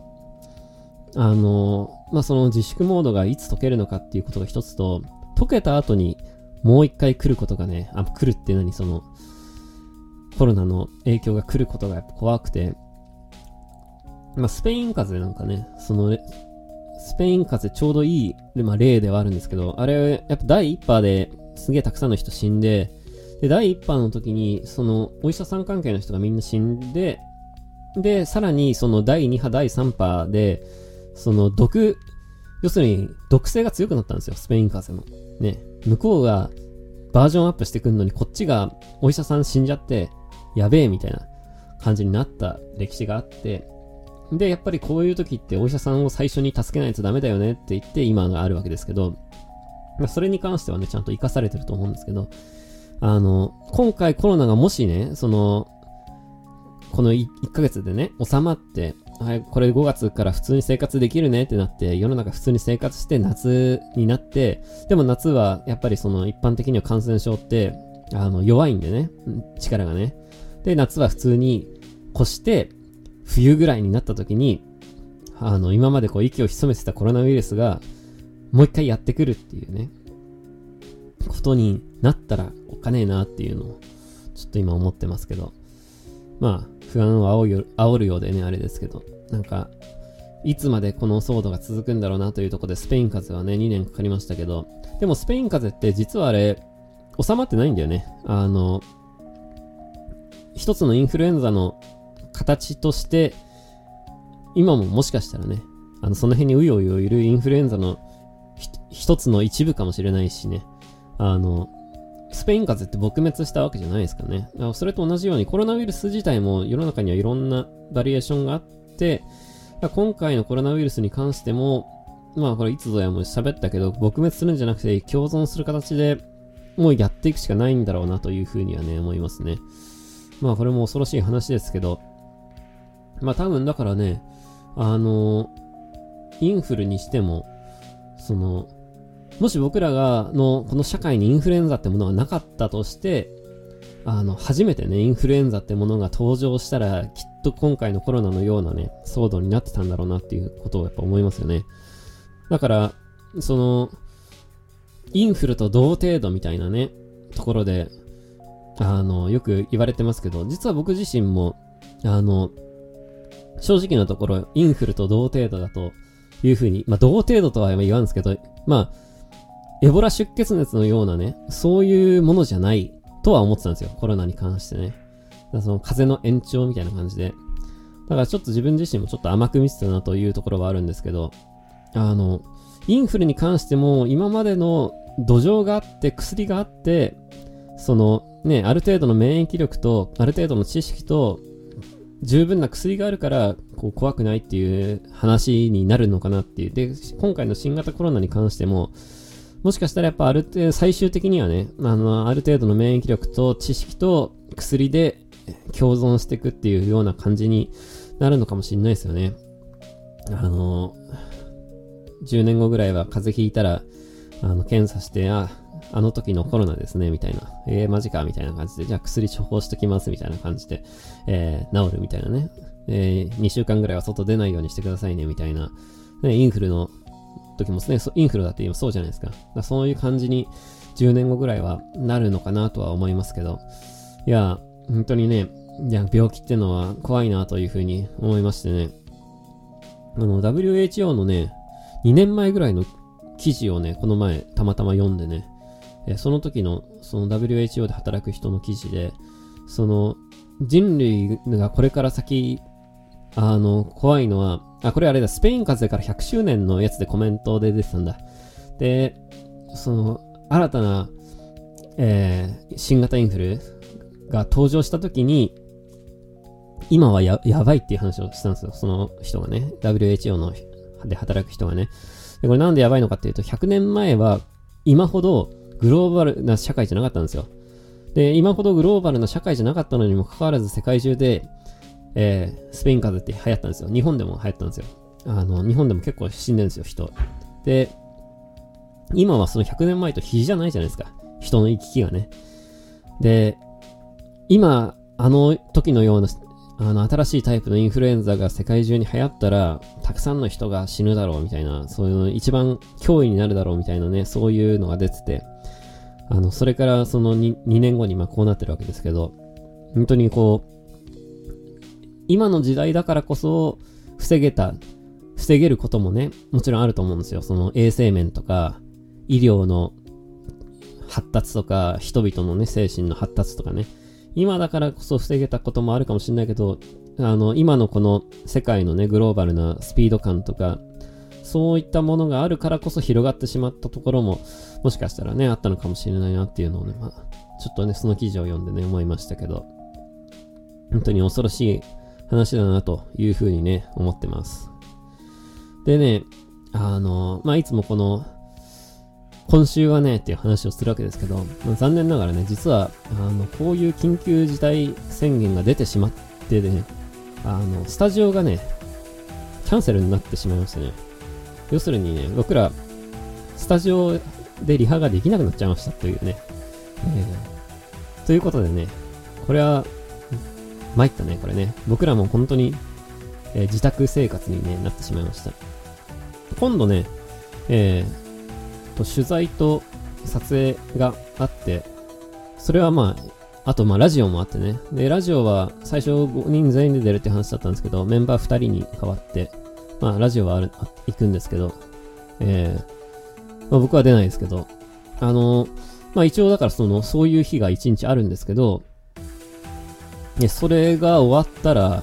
まあ、その自粛モードがいつ解けるのかっていうことが一つと、解けた後にもう一回来ることがね、来るって何その、コロナの影響が来ることがやっぱ怖くて、まあ、スペイン風邪なんかね、その、スペイン風邪ちょうどいい、まあ、例ではあるんですけど、あれ、やっぱ第1波ですげえたくさんの人死んで、で、第1波の時に、その、お医者さん関係の人がみんな死んで、で、さらに、その第2波、第3波で、その要するに毒性が強くなったんですよ、スペイン風邪の。ね。向こうがバージョンアップしてくんのに、こっちがお医者さん死んじゃって、やべえみたいな感じになった歴史があって、で、やっぱりこういう時ってお医者さんを最初に助けないとダメだよねって言って今があるわけですけど、まあ、それに関してはね、ちゃんと活かされてると思うんですけど、今回コロナがもしね、この1ヶ月でね、収まって、はい、これ5月から普通に生活できるねってなって、世の中普通に生活して夏になって、でも夏はやっぱりその一般的には感染症って、弱いんでね、力がね。で、夏は普通に越して、冬ぐらいになった時に、今までこう息を潜めてたコロナウイルスが、もう一回やってくるっていうね、ことになったらおっかねえなっていうのを、ちょっと今思ってますけど、まあ、不安を煽るようでね、あれですけど、なんか、いつまでこの騒動が続くんだろうなというところで、スペイン風邪はね、2年かかりましたけど、でもスペイン風邪って実はあれ、収まってないんだよね。 一つのインフルエンザの形として、今ももしかしたらね、その辺にうようよいるインフルエンザの一つの一部かもしれないしね、スペイン風邪って撲滅したわけじゃないですかね。それと同じようにコロナウイルス自体も世の中にはいろんなバリエーションがあって、今回のコロナウイルスに関しても、まあこれいつぞやも喋ったけど、撲滅するんじゃなくて共存する形でもうやっていくしかないんだろうなというふうにはね、思いますね。まあこれも恐ろしい話ですけど、まあ多分だからね、インフルにしても、もし僕らこの社会にインフルエンザってものがなかったとして、初めてね、インフルエンザってものが登場したら、きっと今回のコロナのようなね、騒動になってたんだろうなっていうことをやっぱ思いますよね。だから、インフルと同程度みたいなね、ところで、よく言われてますけど、実は僕自身も、正直なところ、インフルと同程度だというふうに、まあ、同程度とは言わんですけど、まあ、エボラ出血熱のようなね、そういうものじゃないとは思ってたんですよ。コロナに関してね。だから風邪の延長みたいな感じで。だからちょっと自分自身もちょっと甘く見てたなというところはあるんですけど、インフルに関しても今までの土壌があって、薬があって、ある程度の免疫力と、ある程度の知識と、十分な薬があるから、怖くないっていう話になるのかなっていう。で、今回の新型コロナに関しても、もしかしたらやっぱ最終的にはね、ある程度の免疫力と知識と薬で共存していくっていうような感じになるのかもしれないですよね。10年後ぐらいは風邪ひいたら、検査して、あの時のコロナですね、みたいな。マジか、みたいな感じで、じゃあ薬処方しときます、みたいな感じで、治るみたいなね。2週間ぐらいは外出ないようにしてくださいね、みたいな。ね、インフルの時もね、インフルだって今そうじゃないですか。そういう感じに10年後ぐらいはなるのかなとは思いますけど。いや、本当にね、病気ってのは怖いなというふうに思いましてね。WHO のね、2年前ぐらいの記事をね、この前たまたま読んでね、その時のWHO で働く人の記事で、人類がこれから先、怖いのは、これあれだ、スペイン風邪から100周年のやつでコメントで出てたんだ。で、新たな、新型インフルが登場した時に、今はやばいっていう話をしたんですよ。その人がね、WHO で働く人がね。で、これなんでやばいのかっていうと、100年前は今ほどグローバルな社会じゃなかったんですよ。で、今ほどグローバルな社会じゃなかったのにもかかわらず世界中で、スペイン風邪って流行ったんですよ。日本でも流行ったんですよ。日本でも結構死んでるんですよ、人。で、今はその100年前と比じゃないじゃないですか。人の行き来がね。で、今、時のような、新しいタイプのインフルエンザが世界中に流行ったら、たくさんの人が死ぬだろうみたいな、そういうの一番脅威になるだろうみたいなね、そういうのが出てて、それからその 2年後にこうなってるわけですけど、本当に今の時代だからこそ、防げることもね、もちろんあると思うんですよ。その衛生面とか、医療の発達とか、人々のね、精神の発達とかね、今だからこそ防げたこともあるかもしれないけど、今のこの世界のね、グローバルなスピード感とか、そういったものがあるからこそ広がってしまったところも、もしかしたらね、あったのかもしれないなっていうのをね、ちょっとね、その記事を読んでね、思いましたけど、本当に恐ろしい話だなというふうにね、思ってます。でね、いつも今週はね、っていう話をするわけですけど、残念ながらね、実は、こういう緊急事態宣言が出てしまってね、スタジオがね、キャンセルになってしまいましてね、要するにね、僕ら、スタジオでリハができなくなっちゃいましたというね、ということでね、これは、参ったね、これね。僕らも本当に、自宅生活に、ね、なってしまいました。今度ね、取材と撮影があって、それはあとラジオもあってね。で、ラジオは最初5人全員で出るって話だったんですけど、メンバー2人に変わって、ラジオは行くんですけど、僕は出ないですけど、一応だからそういう日が1日あるんですけど、 それが終わったら、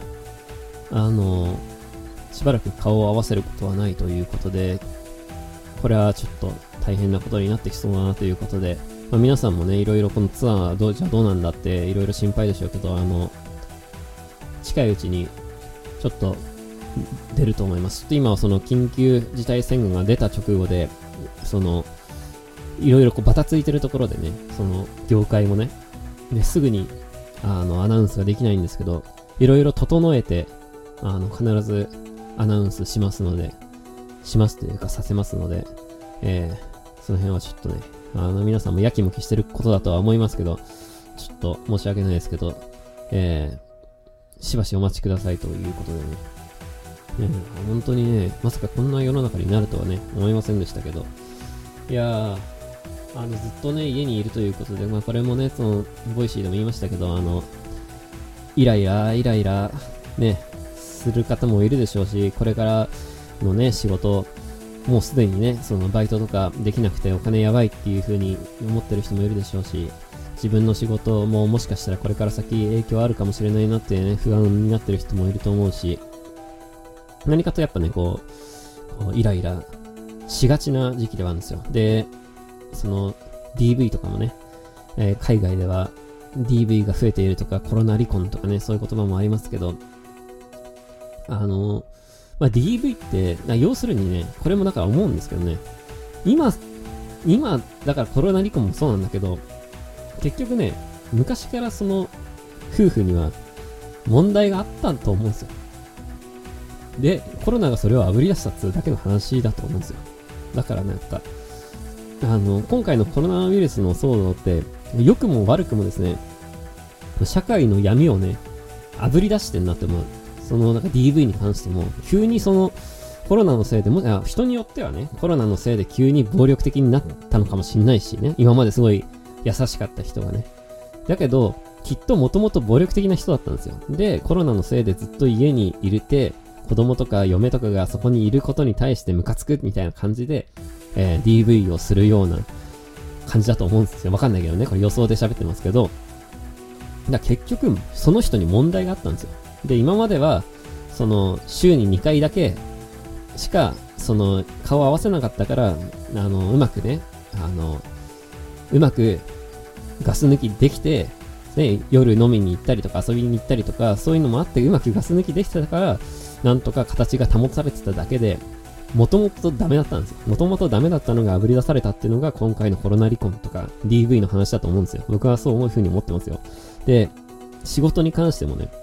しばらく顔を合わせることはないということで、これはちょっと大変なことになってきそうだなということで、皆さんもね、いろいろこのツアーはどうなんだっていろいろ心配でしょうけど、近いうちにちょっと出ると思います。ちょっと今はその緊急事態宣言が出た直後で、いろいろバタついてるところでね、業界もね、すぐにアナウンスができないんですけど、いろいろ整えて、必ずアナウンスしますというかさせますので、その辺はちょっとね、皆さんもやきもきしてることだとは思いますけど、ちょっと申し訳ないですけど、しばしお待ちくださいということでね。本当にね、まさかこんな世の中になるとはね、思いませんでしたけど。いやー、ずっとね、家にいるということで、これもね、ボイシーでも言いましたけど、イライラ、ね、する方もいるでしょうし、これからのね、仕事、もうすでにね、バイトとかできなくてお金やばいっていう風に思ってる人もいるでしょうし、自分の仕事ももしかしたらこれから先影響あるかもしれないなってね、不安になってる人もいると思うし、何かとやっぱね、イライラしがちな時期ではあるんですよ。で、DV とかもね、海外では DV が増えているとか、コロナ離婚とかね、そういう言葉もありますけど、DV って、要するにね、これもだから思うんですけどね、今、だからコロナ離婚もそうなんだけど、結局ね、昔から夫婦には問題があったと思うんですよ。で、コロナがそれを炙り出したっていうだけの話だと思うんですよ。だからなんか、今回のコロナウイルスの騒動って、良くも悪くもですね、社会の闇をね、炙り出してんなって思う。なんか DV に関しても、急にコロナのせいで人によってはね、コロナのせいで急に暴力的になったのかもしんないしね、今まですごい優しかった人がね。だけど、きっともともと暴力的な人だったんですよ。で、コロナのせいでずっと家にいるて、子供とか嫁とかがそこにいることに対してムカつくみたいな感じで、DV をするような感じだと思うんですよ。わかんないけどね、これ予想で喋ってますけど、結局、その人に問題があったんですよ。で、今までは、週に2回だけしか、顔を合わせなかったから、うまくね、うまくガス抜きできて、ね、夜飲みに行ったりとか遊びに行ったりとか、そういうのもあってうまくガス抜きできてたから、なんとか形が保たれてただけで、もともとダメだったんですよ。もともとダメだったのが炙り出されたっていうのが今回のコロナ離婚とか DV の話だと思うんですよ。僕はそう思う風に思ってますよ。で、仕事に関してもね、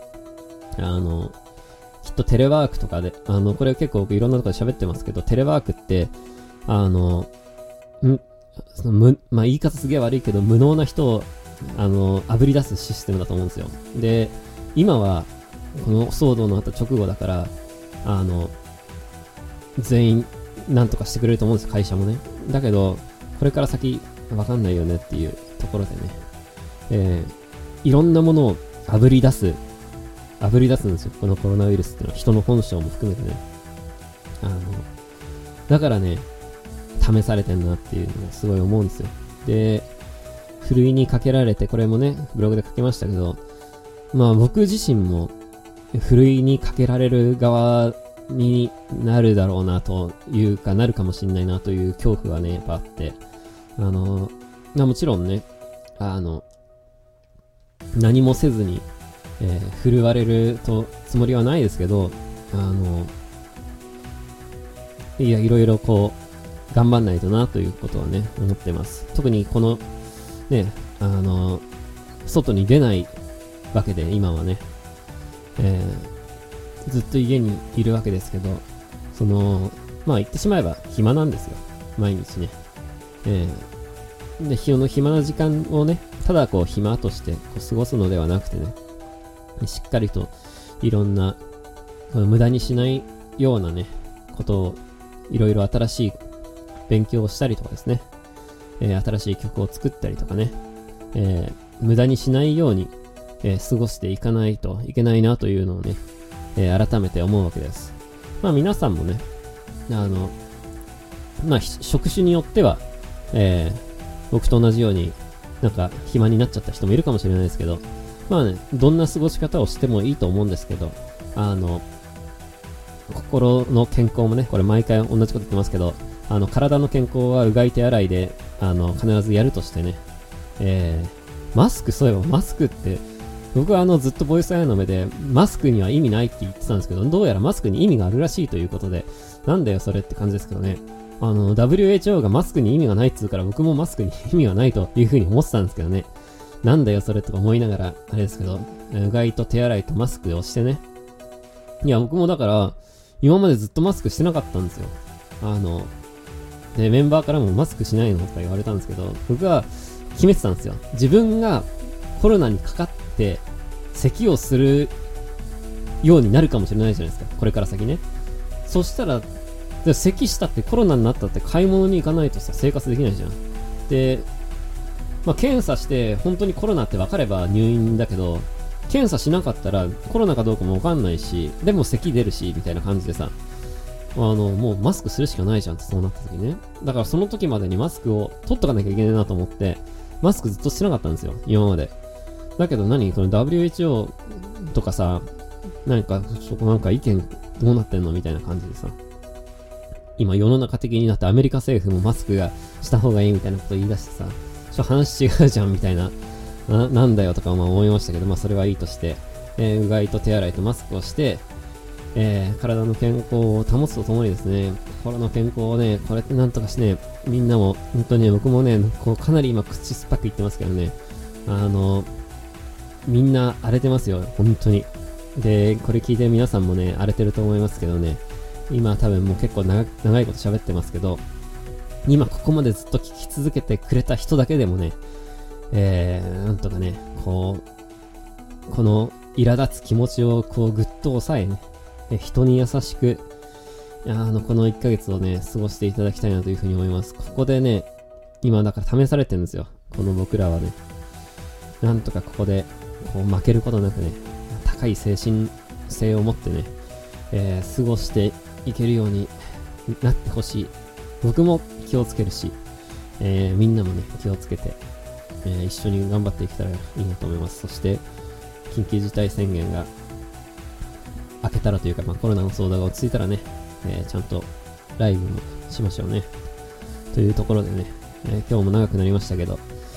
きっとテレワークとかで、これ結構僕いろんなところで喋ってますけど、テレワークって、言い方すげえ悪いけど、無能な人を、炙り出すシステムだと思うんですよ。で、今は、この騒動のあった直後だから、全員、なんとかしてくれると思うんですよ、会社もね。だけど、これから先、わかんないよねっていうところでね、いろんなものを炙り出すんですよ、このコロナウイルスっていうのは。人の本性も含めてね。だからね、試されてんなっていうのをすごい思うんですよ。で、ふるいにかけられて、これもね、ブログで書きましたけど、僕自身も、ふるいにかけられる側になるだろうなというか、なるかもしんないなという恐怖はね、やっぱあって、もちろんね、何もせずに、振るわれるつもりはないですけど、いろいろ頑張んないとなということはね、思ってます。特にこの、ね、外に出ないわけで、今はね、ずっと家にいるわけですけど、言ってしまえば暇なんですよ。毎日ね。で、暇な時間をね、ただ暇として過ごすのではなくてね、しっかりといろんな無駄にしないようなね、ことをいろいろ新しい勉強をしたりとかですね、新しい曲を作ったりとかね、無駄にしないように、過ごしていかないといけないなというのをね、改めて思うわけです。皆さんもね、職種によっては、僕と同じようになんか暇になっちゃった人もいるかもしれないですけど、 まあね、どんな過ごし方をしてもいいと思うんですけど、心の健康もね、これ毎回同じこと言ってますけど、体の健康はうがい手洗いで、必ずやるとしてね、そういえばマスクって、僕はずっとボイスアイの目で、マスクには意味ないって言ってたんですけど、どうやらマスクに意味があるらしいということで、なんだよそれって感じですけどね。WHO がマスクに意味がないっつうから僕もマスクに意味がないという風に思ってたんですけどね。なんだよそれとか思いながら、あれですけど、うがいと手洗いとマスクをしてね。いや、僕もだから、今までずっとマスクしてなかったんですよ。で、メンバーからもマスクしないのとか言われたんですけど、僕は決めてたんですよ。自分がコロナにかかって、咳をするようになるかもしれないじゃないですか。これから先ね。そしたら、咳したってコロナになったって買い物に行かないとさ、生活できないじゃん。で、検査して本当にコロナって分かれば入院だけど、検査しなかったらコロナかどうかも分かんないし、でも咳出るし、みたいな感じでさ、もうマスクするしかないじゃんってそうなった時ね。だからその時までにマスクを取っとかなきゃいけないなと思って、マスクずっとしてなかったんですよ、今まで。だけどこの WHO とかさ、なんか意見どうなってんのみたいな感じでさ、今世の中的になってアメリカ政府もマスクがした方がいいみたいなこと言い出してさ、話違うじゃんみたいな、なんだよとか思いましたけど、それはいいとして、うがいと手洗いとマスクをして、体の健康を保つとともにですね、心の健康をね、これってなんとかしてね、みんなも、本当にね、僕もね、かなり今口酸っぱく言ってますけどね、みんな荒れてますよ、本当に。で、これ聞いてる皆さんもね、荒れてると思いますけどね、今多分もう結構長いこと喋ってますけど、今ここまでずっと聞き続けてくれた人だけでもね、なんとかね、この苛立つ気持ちをぐっと抑えね、人に優しく、この1ヶ月をね、過ごしていただきたいなというふうに思います。ここでね、今だから試されてるんですよ。この僕らはね。なんとかここで、負けることなくね、高い精神性を持ってね、過ごしていけるようになってほしい。僕も気をつけるし、みんなもね、気をつけて、一緒に頑張っていけたらいいなと思います。そして、緊急事態宣言が明けたらというか、コロナの相談が落ち着いたらね、ちゃんとライブもしましょうね。というところでね、今日も長くなりましたけど、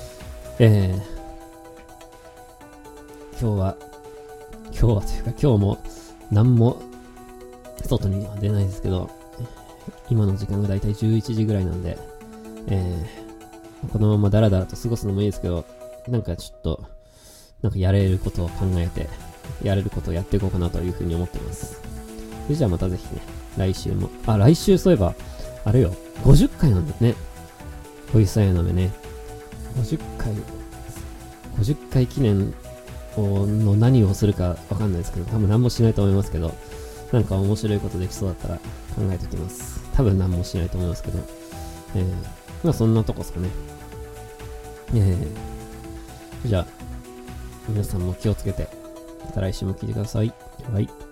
今日はというか今日も何も外には出ないですけど、今の時間がだいたい11時ぐらいなんで、このままダラダラと過ごすのもいいですけど、なんかちょっと、やれることを考えて、やれることをやっていこうかなというふうに思ってます。で、じゃあまたぜひね、来週も。来週そういえば、あれよ、50回なんだね。ボイスアイの目ね。50回記念の何をするかわかんないですけど、多分何もしないと思いますけど、なんか面白いことできそうだったら考えておきます。多分何もしないと思いますけど、そんなとこですかね。じゃあ、皆さんも気をつけて、また来週も聞いてください。はい。